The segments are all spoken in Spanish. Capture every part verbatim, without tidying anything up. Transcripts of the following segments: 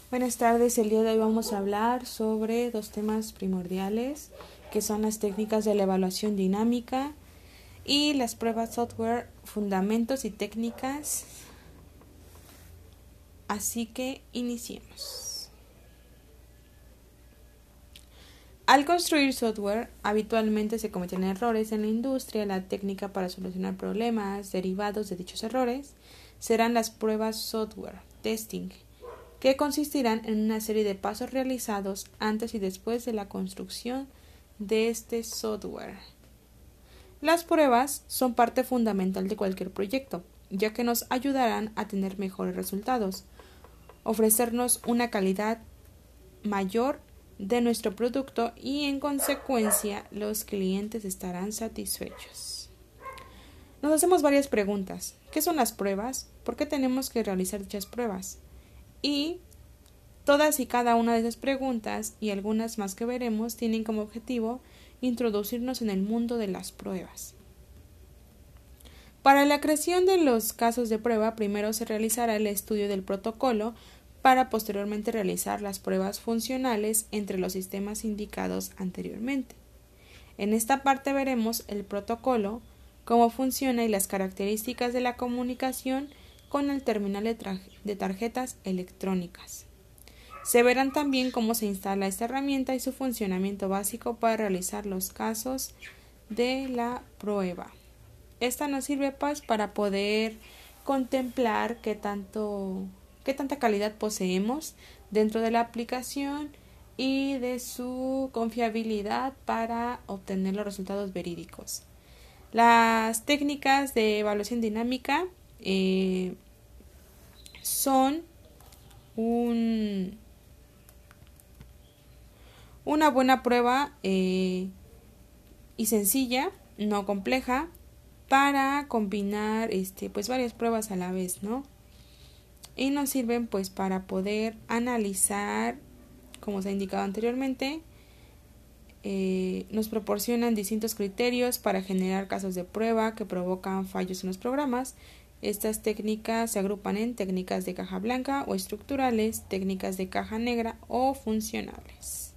Buenas tardes, el día de hoy vamos a hablar sobre dos temas primordiales que son las técnicas de la evaluación dinámica y las pruebas software, fundamentos y técnicas. Así que iniciemos. Al construir software, habitualmente se cometen errores en la industria. La técnica para solucionar problemas derivados de dichos errores serán las pruebas software, testing, que consistirán en una serie de pasos realizados antes y después de la construcción de este software. Las pruebas son parte fundamental de cualquier proyecto, ya que nos ayudarán a tener mejores resultados, ofrecernos una calidad mayor de nuestro producto y, en consecuencia, los clientes estarán satisfechos. Nos hacemos varias preguntas. ¿Qué son las pruebas? ¿Por qué tenemos que realizar dichas pruebas? Y todas y cada una de esas preguntas y algunas más que veremos tienen como objetivo introducirnos en el mundo de las pruebas. Para la creación de los casos de prueba, primero se realizará el estudio del protocolo para posteriormente realizar las pruebas funcionales entre los sistemas indicados anteriormente. En esta parte veremos el protocolo, cómo funciona y las características de la comunicación con el terminal de, de tarjetas electrónicas. Se verán también cómo se instala esta herramienta y su funcionamiento básico para realizar los casos de la prueba. Esta nos sirve pues para poder contemplar qué tanto, qué tanta calidad poseemos dentro de la aplicación y de su confiabilidad para obtener los resultados verídicos. Las técnicas de evaluación dinámica eh, son un, una buena prueba eh, y sencilla, no compleja, para combinar este, pues varias pruebas a la vez, ¿no? Y nos sirven pues para poder analizar, como se ha indicado anteriormente, eh, nos proporcionan distintos criterios para generar casos de prueba que provocan fallos en los programas. Estas técnicas se agrupan en técnicas de caja blanca o estructurales, técnicas de caja negra o funcionales.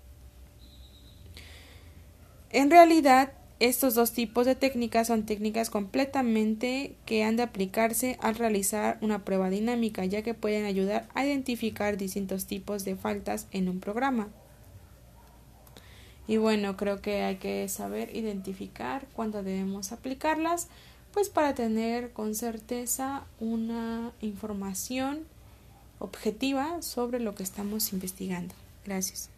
En realidad, estos dos tipos de técnicas son técnicas completamente que han de aplicarse al realizar una prueba dinámica, ya que pueden ayudar a identificar distintos tipos de faltas en un programa. Y bueno, creo que hay que saber identificar cuándo debemos aplicarlas, pues para tener con certeza una información objetiva sobre lo que estamos investigando. Gracias.